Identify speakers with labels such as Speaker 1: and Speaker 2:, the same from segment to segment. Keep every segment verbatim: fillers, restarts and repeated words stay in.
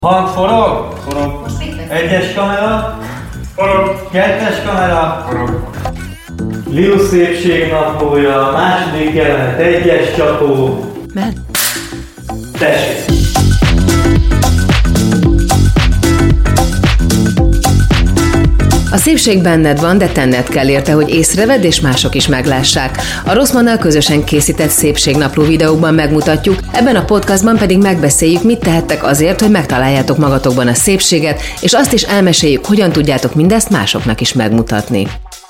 Speaker 1: Hang forog? Forog. Egyes kamera? Forog. Kettes kamera? Forog. Liu szépségnaplója, második jelenet, egyes csapó.
Speaker 2: Mert?
Speaker 1: Tessék!
Speaker 2: A szépség benned van, de tenned kell érte, hogy észrevedd és mások is meglássák. A Rosszmannal közösen készített szépségnapló videókban megmutatjuk, ebben a podcastban pedig megbeszéljük, mit tehettek azért, hogy megtaláljátok magatokban a szépséget, és azt is elmeséljük, hogyan tudjátok mindezt másoknak is megmutatni.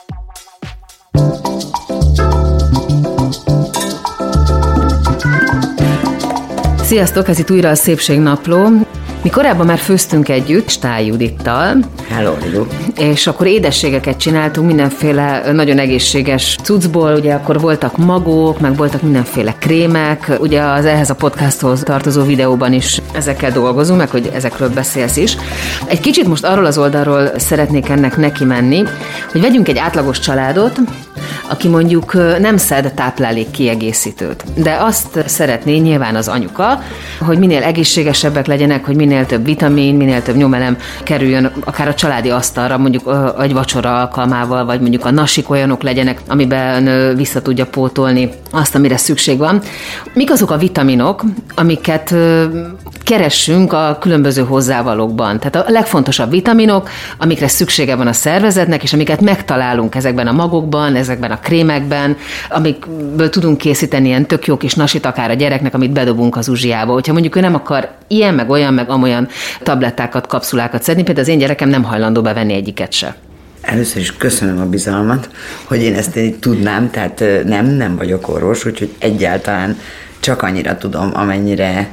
Speaker 2: Sziasztok, ez itt újra a szépségnapló. Mi korábban már főztünk együtt, Stály Judittal.
Speaker 3: Hello, hello.
Speaker 2: És akkor édességeket csináltunk mindenféle nagyon egészséges cuccból, ugye akkor voltak magók, meg voltak mindenféle krémek, ugye az ehhez a podcasthoz tartozó videóban is ezekkel dolgozunk, meg hogy ezekről beszélsz is. Egy kicsit most arról az oldalról szeretnék ennek neki menni, hogy vegyünk egy átlagos családot, aki mondjuk nem szed táplálék kiegészítőt, de azt szeretné nyilván az anyuka, hogy minél egészségesebbek legyenek, hogy minél több vitamin, minél több nyomelem kerüljön akár a családi asztalra, mondjuk egy vacsora alkalmával, vagy mondjuk a nasik olyanok legyenek, amiben vissza tudja pótolni azt, amire szükség van. Mik azok a vitaminok, amiket keressünk a különböző hozzávalókban? Tehát a legfontosabb vitaminok, amikre szüksége van a szervezetnek, és amiket megtalálunk ezekben a magokban, ezekben a krémekben, amikből tudunk készíteni ilyen tök jó kis nasit akár a gyereknek, amit bedobunk az uzsiába. Hogyha mondjuk ő nem akar ilyen, meg olyan, meg amolyan tablettákat, kapszulákat szedni, például az én gyerekem nem hajlandó bevenni egyiket se.
Speaker 3: Először is köszönöm a bizalmat, hogy én ezt így tudnám, tehát nem, nem vagyok orvos, úgyhogy egyáltalán csak annyira tudom, amennyire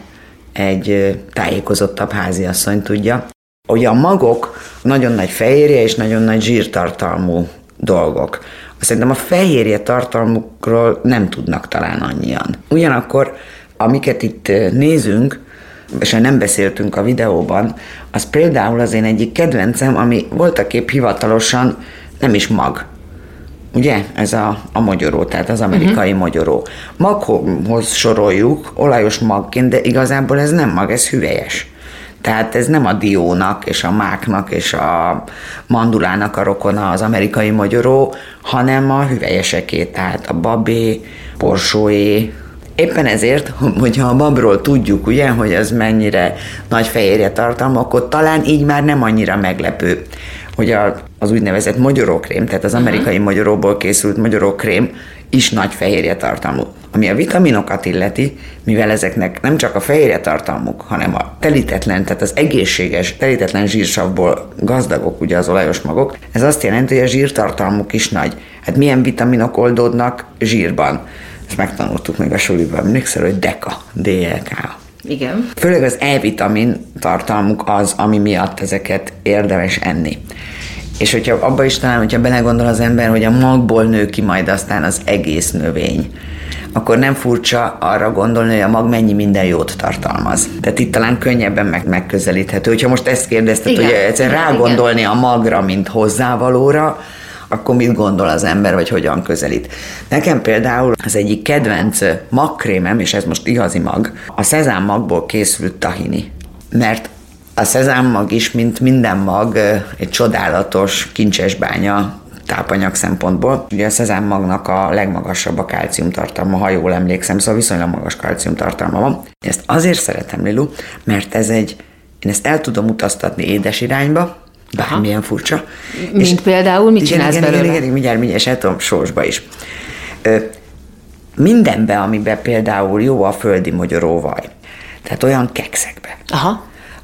Speaker 3: egy tájékozottabb háziasszony tudja. Ugye a magok nagyon nagy fehérje és nagyon nagy zsírtartalmú dolgok. Szerintem a fehérje tartalmukról nem tudnak talán annyian. Ugyanakkor, amiket itt nézünk, és nem beszéltünk a videóban, az például az én egyik kedvencem, ami voltaképp hivatalosan nem is mag. Ugye? Ez a, a mogyoró, tehát az amerikai uh-huh. mogyoró. Maghoz soroljuk, olajos magként, de igazából ez nem mag, ez hüvelyes. Tehát ez nem a diónak, és a máknak, és a mandulának a rokona az amerikai mogyoró, hanem a hüvelyeseké, tehát a babé, borsóé. Éppen ezért, hogyha a babról tudjuk, ugye, hogy az mennyire nagy fehérje tartalma, akkor talán így már nem annyira meglepő, hogy a, az úgynevezett mogyorókrém, tehát az amerikai mogyoróból készült mogyorókrém is nagy fehérje tartalmú. Ami a vitaminokat illeti, mivel ezeknek nem csak a fehérje tartalmuk, hanem a telítetlen, tehát az egészséges, telítetlen zsírsavból gazdagok ugye az olajos magok, ez azt jelenti, hogy a zsírtartalmuk is nagy. Hát milyen vitaminok oldódnak zsírban? Ezt megtanultuk még a suliban, emlékszel, hogy deka, dé e ká.
Speaker 2: Igen.
Speaker 3: Főleg az E-vitamin tartalmuk az, ami miatt ezeket érdemes enni. És hogyha abba is talán, hogyha belegondol az ember, hogy a magból nő ki majd aztán az egész növény, akkor nem furcsa arra gondolni, hogy a mag mennyi minden jót tartalmaz. Tehát itt talán könnyebben meg, megközelíthető. Hogyha most ezt kérdezted, igen, hogy egyszer rágondolni a magra, mint hozzávalóra, akkor mit gondol az ember, vagy hogyan közelít. Nekem például az egyik kedvenc magkrémem, és ez most igazi mag, a szezámmagból készült tahini. Mert a szezámmag is, mint minden mag, egy csodálatos kincsesbánya tápanyag szempontból. Ugye a szezámmagnak a legmagasabb a kálciumtartalma, ha jól emlékszem, szóval viszonylag magas kálciumtartalma van. Ezt azért szeretem, Lilu, mert ez egy, én ezt el tudom utaztatni édes irányba, bármilyen furcsa.
Speaker 2: Mint és például, mit csinálsz
Speaker 3: igen,
Speaker 2: belőle?
Speaker 3: Igen, igen, mindjárt, mindjárt, és el tudom sósba is. Ö, mindenbe, amiben például jó a földi mogyoróvaj, tehát olyan kekszekbe,
Speaker 2: Aha.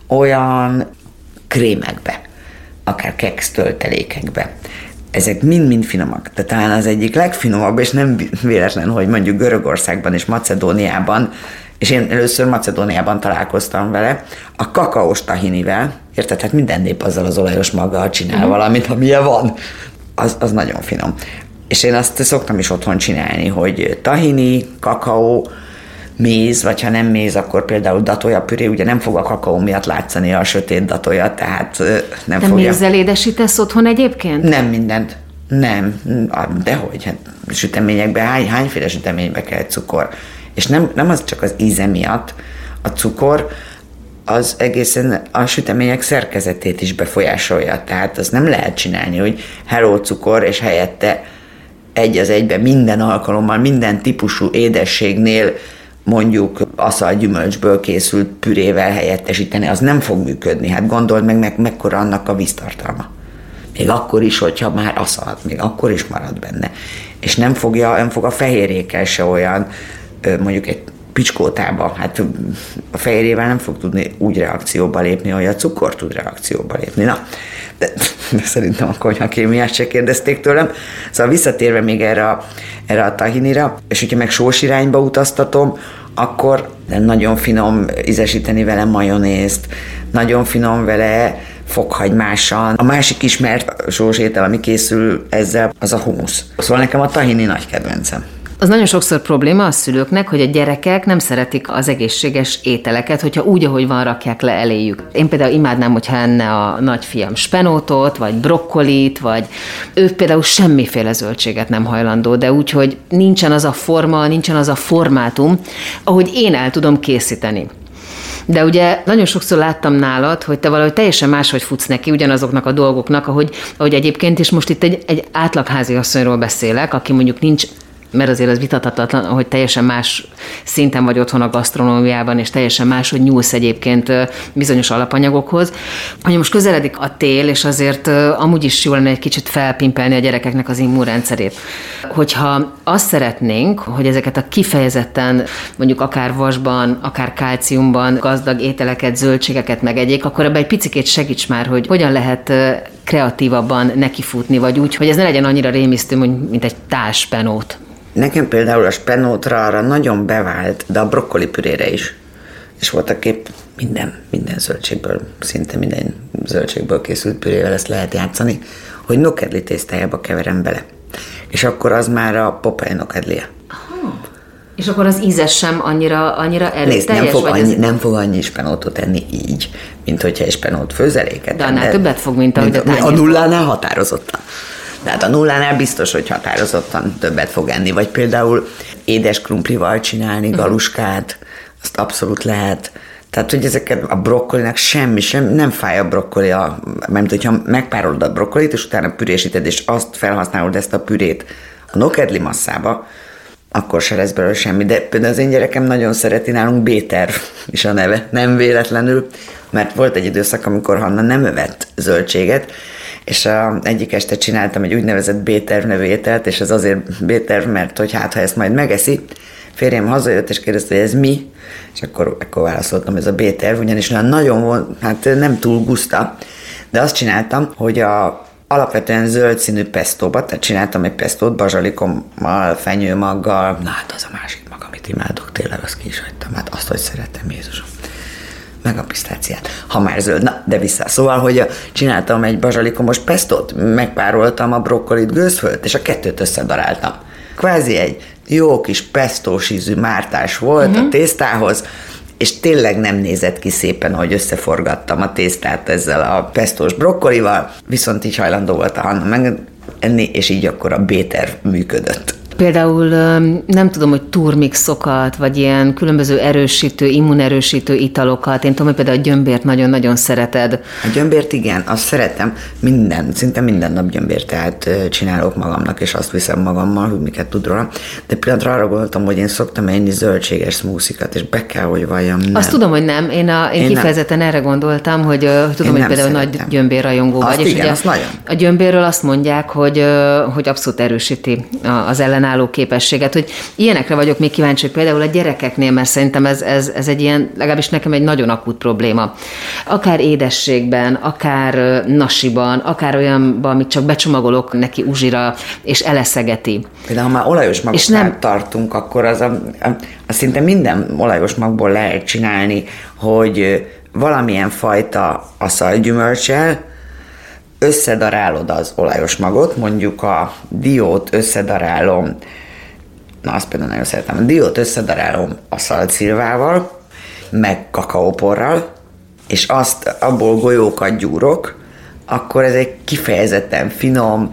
Speaker 3: olyan krémekbe, akár keksz töltelékekbe, ezek mind-mind finomak. De talán az egyik legfinomabb, és nem véletlen, hogy mondjuk Görögországban és Macedóniában, és én először Macedóniában találkoztam vele, a kakaós tahinivel, érted? Hát minden nép azzal az olajos maggal csinál uh-huh. valamit, amilyen van. Az, az nagyon finom. És én azt szoktam is otthon csinálni, hogy tahini, kakaó, méz, vagy ha nem méz, akkor például datója püré, ugye nem fog a kakaó miatt látszani a sötét datója, tehát nem
Speaker 2: Te
Speaker 3: fogja.
Speaker 2: mézzel édesítesz otthon egyébként?
Speaker 3: Nem mindent. Nem. Dehogy, hát süteményekben, hány, hányféle süteménybe kell cukor. És nem, nem az csak az íze miatt, a cukor az egészen a sütemények szerkezetét is befolyásolja. Tehát azt nem lehet csinálni, hogy hello cukor, és helyette egy az egyben minden alkalommal, minden típusú édességnél mondjuk aszal gyümölcsből készült pürével helyettesíteni, az nem fog működni. Hát gondold meg, meg mekkora annak a víztartalma. Még akkor is, hogyha már aszal, még akkor is marad benne. És nem, fogja, nem fog a fehérjékkel se olyan, mondjuk egy picskótába, hát a fehérjével nem fog tudni úgy reakcióba lépni, hogy a cukor tud reakcióba lépni. Na, de, de szerintem a konyhakémiát se kérdezték tőlem. Szóval visszatérve még erre a, erre a tahinira, és hogyha meg sós irányba utaztatom, akkor nagyon finom ízesíteni vele majonézt, nagyon finom vele fokhagymással. A másik ismert sós étel, ami készül ezzel, az a humusz. Szóval nekem a tahini nagy kedvencem.
Speaker 2: Az nagyon sokszor probléma a szülőknek, hogy a gyerekek nem szeretik az egészséges ételeket, hogyha úgy, ahogy van, rakják le eléjük. Én például imádnám, hogyha enne a nagyfiam spenótot, vagy brokkolit, vagy ő például semmiféle zöldséget nem hajlandó, de úgy, hogy nincsen az a forma, nincsen az a formátum, ahogy én el tudom készíteni. De ugye nagyon sokszor láttam nálad, hogy te valahogy teljesen máshogy futsz neki ugyanazoknak a dolgoknak, ahogy, ahogy egyébként is most itt egy, egy átlagházi asszonyról beszélek, aki mondjuk nincs, mert azért az vitathatatlan, hogy teljesen más szinten vagy otthon a gasztronómiában, és teljesen más, hogy nyúlsz egyébként bizonyos alapanyagokhoz. Hogy most közeledik a tél, és azért amúgy is jól lenne egy kicsit felpimpelni a gyerekeknek az immunrendszerét. Hogyha azt szeretnénk, hogy ezeket a kifejezetten mondjuk akár vasban, akár kálciumban gazdag ételeket, zöldségeket megegyék, akkor ebben egy picikét segíts már, hogy hogyan lehet kreatívabban nekifutni, vagy úgy, hogy ez ne legyen annyira rémisztő, mint egy tálspenót.
Speaker 3: Nekem például a spenótra arra nagyon bevált, de a brokkoli pürére is. És voltaképp minden, minden zöldségből, szinte minden zöldségből készült pürével ezt lehet játszani, hogy nokedli tésztájába keverem bele. És akkor az már a Popeye nokedlie.
Speaker 2: És akkor az ízes sem annyira, annyira erőteljes?
Speaker 3: Nézd, nem fog, annyi,
Speaker 2: ez...
Speaker 3: nem fog annyi spenótot enni így, mint hogyha egy spenót főzeléket.
Speaker 2: De annál többet fog, mint ahogy
Speaker 3: mint a, a nullánál határozottan. Tehát a nullánál biztos, hogy határozottan többet fog enni. Vagy például édes krumplival csinálni galuskát, azt abszolút lehet. Tehát, hogy ezeket a brokkolinak semmi, sem, nem fáj a brokkoli, a, mert hogyha megpárolod a brokkolit, és utána pürésíted, és azt felhasználod ezt a pürét a nokedli masszába, akkor se lesz belőle semmi. De például az én gyerekem nagyon szereti, nálunk B-terv is a neve, nem véletlenül, mert volt egy időszak, amikor Hanna nem evett zöldséget, és a, egyik este csináltam egy úgynevezett B-terv nevű ételt, és ez azért B-terv, mert hogy hát, ha ezt majd megeszi, férjem hazajött, és kérdezte, hogy ez mi, és akkor, akkor válaszoltam, ez a B-terv, ugyanis nagyon volt, hát nem túl guszta, de azt csináltam, hogy a alapvetően zöld színű pestóba, tehát csináltam egy pestót bazsalikommal, fenyőmaggal, na hát az a másik mag, amit imádok, tényleg azt ki is hagytam, hát azt, hogy szeretem, Jézusom. Meg a pisztáciát, ha már zöld. Na, de vissza. Szóval, hogy csináltam egy bazsalikomos pestót, megpároltam a brokkolit, gőzfölt, és a kettőt összedaráltam. Kvázi egy jó kis pesztós ízű mártás volt uh-huh. a tésztához, és tényleg nem nézett ki szépen, hogy összeforgattam a tésztát ezzel a pesztós brokkolival, viszont így hajlandó volt a Hanna megenni, és így akkor a B-terv működött.
Speaker 2: Például nem tudom, hogy turmixokat, vagy ilyen különböző erősítő, immunerősítő italokat. Én tudom, hogy például a gyömbért nagyon-nagyon szereted.
Speaker 3: A gyömbért igen, azt szeretem. Minden, szinte minden nap gyömbért, tehát csinálok magamnak, és azt viszem magammal, hogy miket tud róla. De pillanatra arra gondoltam, hogy én szoktam enni zöldséges smoothie-kat, és be kell, hogy valljam, nem.
Speaker 2: Azt tudom, hogy nem. Én, a, én, én kifejezetten nem. erre gondoltam, hogy uh, tudom, én hogy például szeretem. Nagy gyömbérrajongó vagy.
Speaker 3: Azt
Speaker 2: és
Speaker 3: igen,
Speaker 2: ugye
Speaker 3: azt nagyon.
Speaker 2: A gyömbérről azt mondják, hogy, uh, hogy abszolút erősíti az ellenálló képességet, hogy ilyenekre vagyok még kíváncsi, például a gyerekeknél, mert szerintem ez, ez, ez egy ilyen, legalábbis nekem egy nagyon akut probléma. Akár édességben, akár nasiban, akár olyanban, amit csak becsomagolok neki uzsira, és eleszegeti.
Speaker 3: Például, ha már olajos magokat nem... tartunk, akkor az, a, a, a szinte minden olajos magból lehet csinálni, hogy valamilyen fajta aszalgyümölccsel összedarálod az olajos magot, mondjuk a diót összedarálom, na azt például nagyon szeretem, a diót összedarálom aszalcilvával, meg kakaóporral, és azt abból golyókat gyúrok, akkor ez egy kifejezetten finom,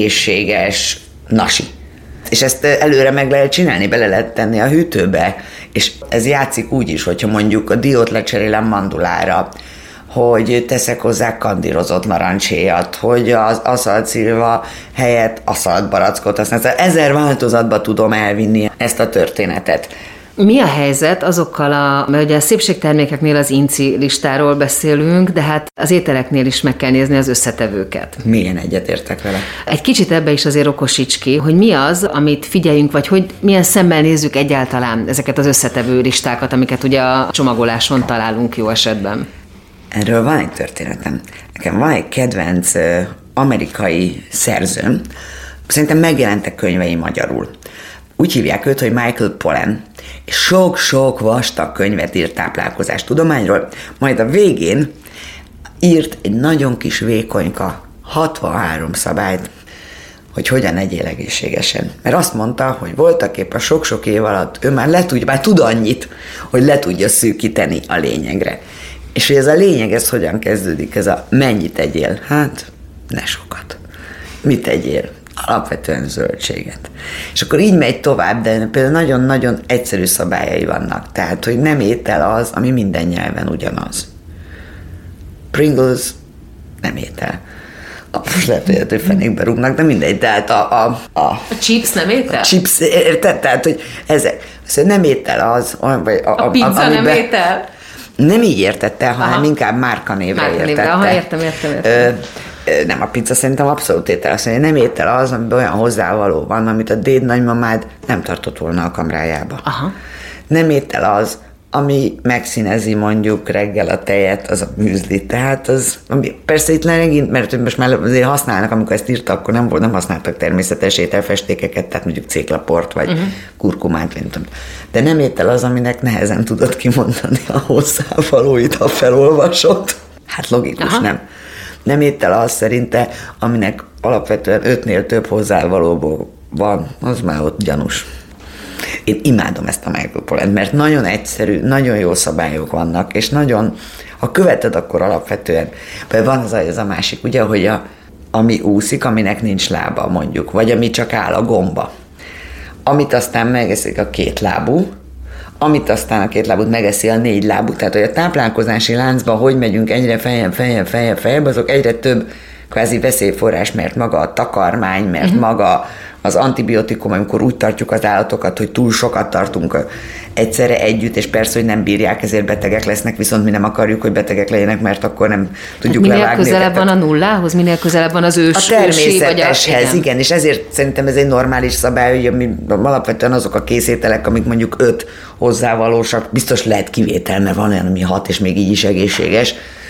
Speaker 3: egészséges nasi. És ezt előre meg lehet csinálni, bele lehet tenni a hűtőbe, És ez játszik úgy is, hogyha mondjuk a diót lecserélem mandulára, hogy teszek hozzá kandírozott narancséjat, hogy az aszaltszilva helyett aszaltbarackot használom. Ezer változatba tudom elvinni ezt a történetet.
Speaker 2: Mi a helyzet azokkal a, mert ugye a szépségtermékeknél az inci listáról beszélünk, de hát az ételeknél is meg kell nézni az összetevőket.
Speaker 3: Milyen egyetértek vele?
Speaker 2: Egy kicsit ebbe is azért okosíts ki, hogy mi az, amit figyeljünk, vagy hogy milyen szemmel nézzük egyáltalán ezeket az összetevő listákat, amiket ugye a csomagoláson találunk jó esetben.
Speaker 3: Erről van egy történetem. Nekem van egy kedvenc uh, amerikai szerzőm, szerintem megjelentek könyvei magyarul. Úgy hívják őt, hogy Michael Pollan, és sok-sok vastag könyvet írt táplálkozás tudományról, majd a végén írt egy nagyon kis vékonyka, hatvanhárom szabályt, hogy hogyan egyél egészségesen. Mert azt mondta, hogy voltaképp a sok-sok év alatt ő már le tudja, már tud annyit, hogy le tudja szűkíteni a lényegre. És hogy ez a lényeg, ez hogyan kezdődik, ez a mennyit egyél? Hát, ne sokat. Mit tegyél? Alapvetően zöldséget. És akkor így megy tovább, de például nagyon-nagyon egyszerű szabályai vannak. Tehát, hogy nem étel az, ami minden nyelven ugyanaz. Pringles nem étel. Most lehet, hogy ettől fenékbe rúgnak, de mindegy. Tehát a... A, a,
Speaker 2: a chips nem étel?
Speaker 3: A chips, érted? Tehát, hogy ezek. Szóval nem étel az... Vagy a,
Speaker 2: a pizza
Speaker 3: amiben,
Speaker 2: nem étel?
Speaker 3: Nem így értette, hanem aha. inkább márkanévre
Speaker 2: Márka
Speaker 3: értette.
Speaker 2: Aha, értem, értem, értem. Ö,
Speaker 3: Nem, a pizza szerintem abszolút étel. Azt mondja, nem étel az, amiben olyan hozzávaló van, amit a déd nagymamád nem tartott volna a kamrájába.
Speaker 2: Aha.
Speaker 3: Nem étel az, ami megszínezi mondjuk reggel a tejet, az a műzli. Tehát az, ami, persze itt megint, mert most már azért használnak, amikor ezt írta, akkor nem, nem használtak természetes ételfestékeket, tehát mondjuk céklaport, vagy uh-huh. kurkumát, nem tudom. De nem étel az, aminek nehezen tudod kimondani a hozzávalóit, ha felolvasod. Hát logikus, aha. nem. Nem étel az szerinte, aminek alapvetően ötnél több hozzávalóból van, az már ott gyanús. Én imádom ezt a Michael Pollan, mert nagyon egyszerű, nagyon jó szabályok vannak, és nagyon, ha követed, akkor alapvetően, vagy van az a, az a másik, ugye, hogy a, ami úszik, aminek nincs lába mondjuk, vagy ami csak áll a gomba, amit aztán megeszik a két lábú, amit aztán a két lábút megeszi a négy lábú. Tehát, hogy a táplálkozási láncban hogy megyünk egyre feljebb, feljebb, feljebb, feljebb, azok egyre több kvázi veszélyforrás, mert maga a takarmány, mert uh-huh. maga az antibiotikum, amikor úgy tartjuk az állatokat, hogy túl sokat tartunk egyszerre együtt, és persze, hogy nem bírják, ezért betegek lesznek, viszont mi nem akarjuk, hogy betegek legyenek, mert akkor nem tudjuk
Speaker 2: minél
Speaker 3: levágni.
Speaker 2: Minél közelebb van a nullához, minél közelebb van az ős,
Speaker 3: a természeteshez,
Speaker 2: vagy a, igen.
Speaker 3: igen, és ezért szerintem ez egy normális szabály, hogy ami, alapvetően azok a készételek, amik mondjuk öt hozzávalósak, biztos lehet kivétel, mert van olyan, ami hat, és még így is egészséges,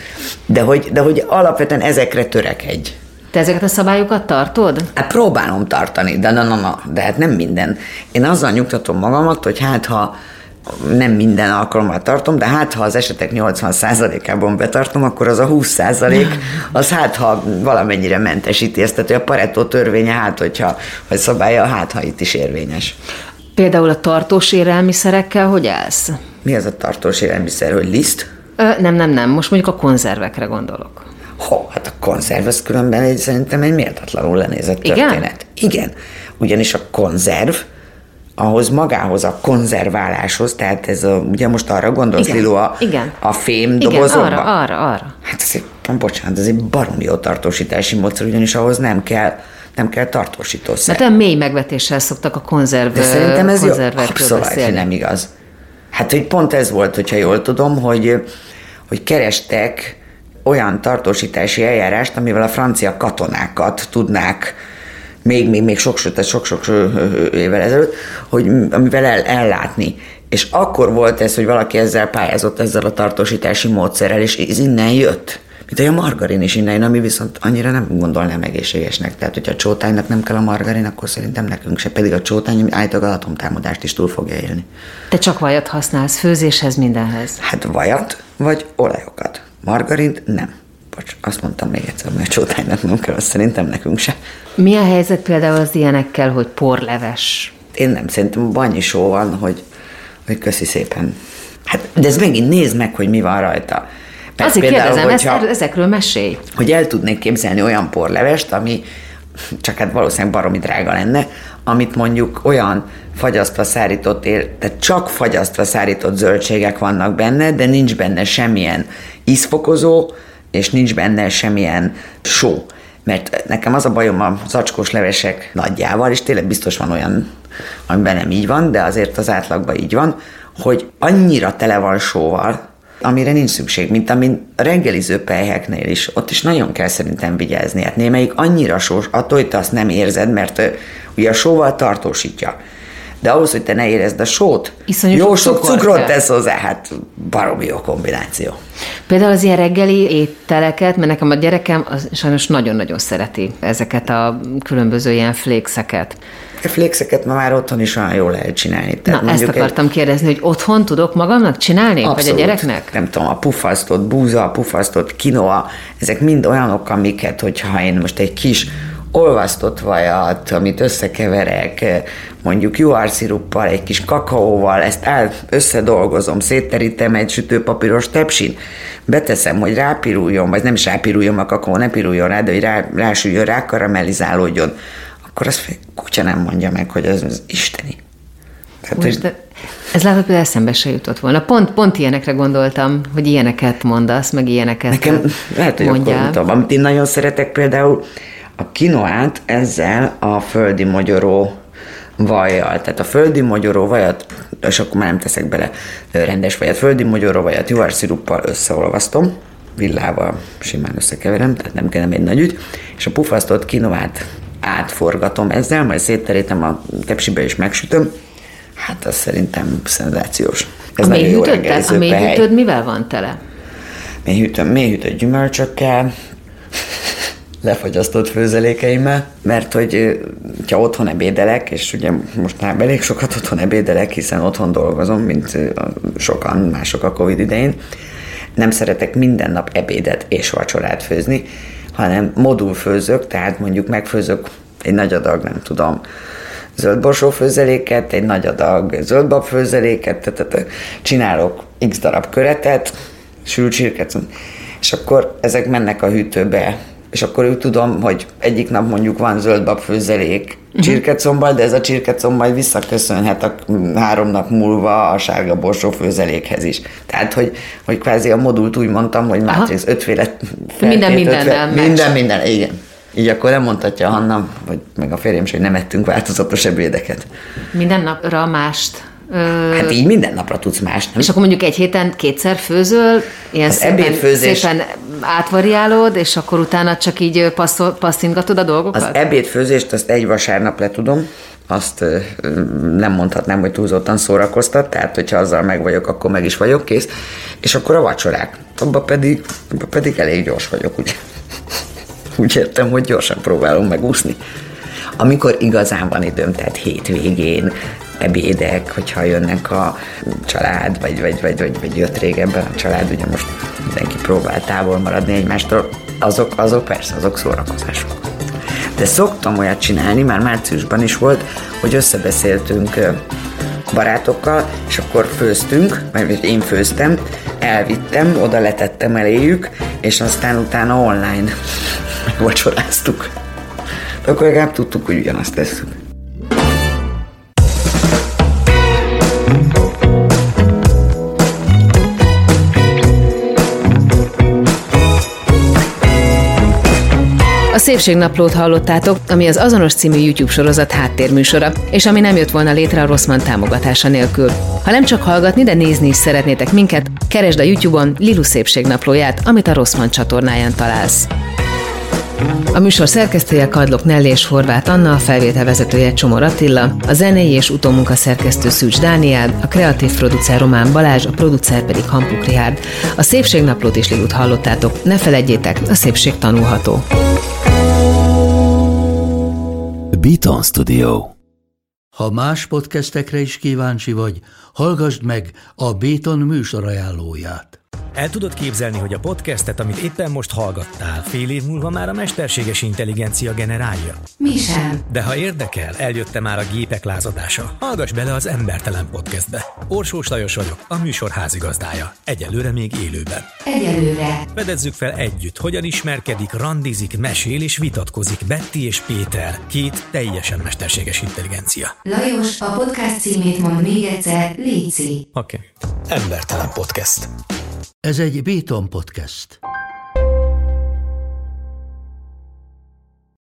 Speaker 3: de hogy, de hogy alapvetően ezekre törekedj.
Speaker 2: Te ezeket a szabályokat tartod?
Speaker 3: Hát próbálom tartani, de na, na, na, de hát nem minden. Én azzal nyugtatom magamat, hogy hát ha nem minden alkalommal tartom, de hát ha az esetek nyolcvan százalékában betartom, akkor az a húsz százalék, az hát ha valamennyire mentesíti ezt, tehát hogy a Pareto törvénye, hát hogyha, vagy szabálya, hát ha itt is érvényes.
Speaker 2: Például a tartós élelmiszerekkel hogy állsz?
Speaker 3: Mi az a tartós élelmiszer, hogy liszt?
Speaker 2: Ö, nem, nem, nem, most mondjuk a konzervekre gondolok.
Speaker 3: Ho, hát a konzerv, az különben egy, szerintem egy méltatlanul lenézett történet. Igen? Igen. Ugyanis a konzerv, ahhoz magához a konzerváláshoz, tehát ez a, ugye most arra gondolsz, Lilo, a, a fém dobozokba?
Speaker 2: Igen, arra, arra, arra.
Speaker 3: Hát ez egy, bocsánat, ez egy baromi jó tartósítási módszer, ugyanis ahhoz nem kell, nem kell tartósítószer.
Speaker 2: Mert olyan mély megvetéssel szoktak a konzerv,
Speaker 3: de szerintem ez jó, abszolút
Speaker 2: beszélni.
Speaker 3: Nem igaz. Hát, hogy pont ez volt, hogyha jól tudom, hogy, hogy kerestek olyan tartósítási eljárást, amivel a francia katonákat tudnák még, még, még sok-sok sok, sok, sok évvel ezelőtt, hogy amivel el, ellátni. És akkor volt ez, hogy valaki ezzel pályázott, ezzel a tartósítási módszerrel, és ez innen jött. Mint hogy a margarin is innen jön, ami viszont annyira nem gondolnám egészségesnek. Tehát, hogyha a csótánynak nem kell a margarin, akkor szerintem nekünk se. Pedig a csótány állítólag atomtámadást is túl fogja élni.
Speaker 2: Te csak vajat használsz, főzéshez, mindenhez.
Speaker 3: Hát vajat, vagy olajokat. Margarint nem. Bocs, azt mondtam még egyszer, hogy a csótánynak nem kell, azt szerintem nekünk se.
Speaker 2: Mi a helyzet például az ilyenekkel, hogy porleves?
Speaker 3: Én nem, szerintem annyi só van, hogy, hogy köszi szépen. Hát, de ez megint nézd meg, hogy mi van rajta.
Speaker 2: Mert azért például, kérdezem, hogyha, ezt, ezekről mesélj.
Speaker 3: Hogy el tudnék képzelni olyan porlevest, ami csak hát valószínűleg baromi drága lenne, amit mondjuk olyan fagyasztva szárított, ér, tehát csak fagyasztva szárított zöldségek vannak benne, de nincs benne semmilyen ízfokozó, és nincs benne semmilyen só. Mert nekem az a bajom a zacskós levesek nagyjával, és tényleg biztos van olyan, amiben nem így van, de azért az átlagban így van, hogy annyira tele van sóval, amire nincs szükség, mint amin a reggeliző pelyheknél is. Ott is nagyon kell szerintem vigyázni. Hát némelyik annyira sós, attól, hogy te azt nem érzed, mert ugye a sóval tartósítja. De ahhoz, hogy te ne érezd a sót,
Speaker 2: iszonyú
Speaker 3: jó
Speaker 2: sok
Speaker 3: sok
Speaker 2: cukor
Speaker 3: cukrot
Speaker 2: kell.
Speaker 3: tesz hozzá, hát baromi jó kombináció.
Speaker 2: Például az ilyen reggeli ételeket, mert nekem a gyerekem az sajnos nagyon-nagyon szereti ezeket a különböző ilyen flékszeket.
Speaker 3: A flékszeket ma már otthon is olyan jól lehet csinálni. Tehát
Speaker 2: Na, ezt akartam egy... kérdezni, hogy otthon tudok magamnak csinálni?
Speaker 3: Abszolút.
Speaker 2: Vagy a gyereknek?
Speaker 3: Nem tudom, a puffasztott búza, a puffasztott kinoa, ezek mind olyanok, amiket, hogyha én most egy kis olvasztott vajat, amit összekeverek, mondjuk juharsziruppal, egy kis kakaóval, ezt áll, összedolgozom, szétterítem egy sütőpapíros tepsin, beteszem, hogy rápiruljon, vagy nem is rápiruljon a kakaó, ne piruljon rá, de hogy rá, rásüljön, rákaramellizálódjon, akkor az kutya nem mondja meg, hogy ez, ez isteni. Tehát,
Speaker 2: Most, hogy... Ez látod, például eszembe se jutott volna. Pont, pont ilyenekre gondoltam, hogy ilyeneket mondasz, meg ilyeneket
Speaker 3: nekem lehet, hogy
Speaker 2: mondjál.
Speaker 3: akkor mondtam. Amit én nagyon szeretek például, a kinoát ezzel a földi mogyoró vajjal. Tehát a földi mogyoró vajat, és akkor már nem teszek bele rendes vajat, földi mogyoró vajat juharsziruppal összeolvasztom, villával simán összekeverem, tehát nem kell egy nagy ügy, és a puffasztott kinoát átforgatom ezzel, majd szétterítem a tepsibe és megsütöm. Hát az szerintem szenzációs. Ez
Speaker 2: a mélyhűtőd, a mélyhűtőd mivel van tele?
Speaker 3: Mélyhűtőd, mélyhűtőd gyümölcsökkel, lefagyasztott főzelékeimmel, mert hogy ha otthon ebédelek, és ugye most már elég sokat otthon ebédelek, hiszen otthon dolgozom, mint sokan mások a Covid idején, nem szeretek minden nap ebédet és vacsorát főzni, hanem modulfőzök, tehát mondjuk megfőzök egy nagy adag, nem tudom, zöldborsó főzeléket, egy nagy adag zöldbab főzeléket, tehát csinálok x darab köretet, sült csirket, és akkor ezek mennek a hűtőbe, és akkor úgy tudom, hogy egyik nap mondjuk van zöldbab főzelék csirkecombbal, de ez a csirkecomb majd visszaköszönhet a három nap múlva a sárga borsó főzelékhez is. Tehát, hogy, hogy kvázi a modult úgy mondtam, hogy Matrix ötféle
Speaker 2: minden mindennel
Speaker 3: minden, minden, igen. Így akkor nem mondhatja Hanna, vagy meg a férjem, hogy nem ettünk változatos ebédeket.
Speaker 2: Minden napra mást? Ö...
Speaker 3: Hát így minden napra tudsz mást. Nem?
Speaker 2: És akkor mondjuk egy héten kétszer főzöl, ilyen
Speaker 3: az
Speaker 2: szépen,
Speaker 3: ebédfőzés...
Speaker 2: szépen átvariálod, és akkor utána csak így passzol, passzintgatod a dolgokat?
Speaker 3: Az ebédfőzést azt egy vasárnap letudom, azt ö, nem mondhatnám, hogy túlzottan szórakoztat, tehát hogyha azzal meg vagyok, akkor meg is vagyok, kész. És akkor a vacsorák, abba pedig, abba pedig elég gyors vagyok, ugye. Úgy értem, hogy gyorsan próbálom megúszni. Amikor igazán van időm, tehát hétvégén, ebédek, hogyha jönnek a család, vagy, vagy, vagy, vagy, vagy jött régebben a család, ugye most mindenki próbál távol maradni egymástól, azok, azok persze, azok szórakozások. De szoktam olyat csinálni, már márciusban is volt, hogy összebeszéltünk barátokkal, és akkor főztünk, vagy én főztem, elvittem, oda letettem eléjük, és aztán utána online vacsoráztuk. De akkor legalább tudtuk, hogy ugyanazt tesszük.
Speaker 2: A Szépségnaplót hallottátok, ami az Azonos című YouTube sorozat háttérműsora, és ami nem jött volna létre a Rossmann támogatása nélkül. Ha nem csak hallgatni, de nézni is szeretnétek minket, keresd a YouTube-on Lilu Szépségnaplóját, amit a Rossmann csatornáján találsz. A műsor szerkesztője Kadlok Nelly és Horváth Anna, a felvételvezetője Csomor Attila, a zenei és utómunka szerkesztő Szűcs Dániel, a kreatív producer Román Balázs, a producer pedig Hampuk Rihárd. A Szépségnaplót és Lilut hallottátok, ne feledjétek, a szépség tanulható.
Speaker 4: Beaton Studio.
Speaker 5: Ha más podcastekre is kíváncsi vagy, hallgassd meg a Béton műsor ajánlóját. El tudod képzelni, hogy a podcastet, amit éppen most hallgattál, fél év múlva már a mesterséges intelligencia generálja?
Speaker 2: Mi sem.
Speaker 5: De ha érdekel, eljött már a gépek lázadása. Hallgass bele az Embertelen Podcastbe. Orsós Lajos vagyok, a műsor házigazdája. Egyelőre még élőben.
Speaker 2: Egyelőre.
Speaker 5: Fedezzük fel együtt, hogyan ismerkedik, randizik, mesél és vitatkozik Betty és Péter, két teljesen mesterséges intelligencia.
Speaker 2: Lajos, a podcast címét mond még egyszer, léci.
Speaker 5: Oké. Okay. Embertelen Podcast.
Speaker 4: Ez egy Béton Podcast.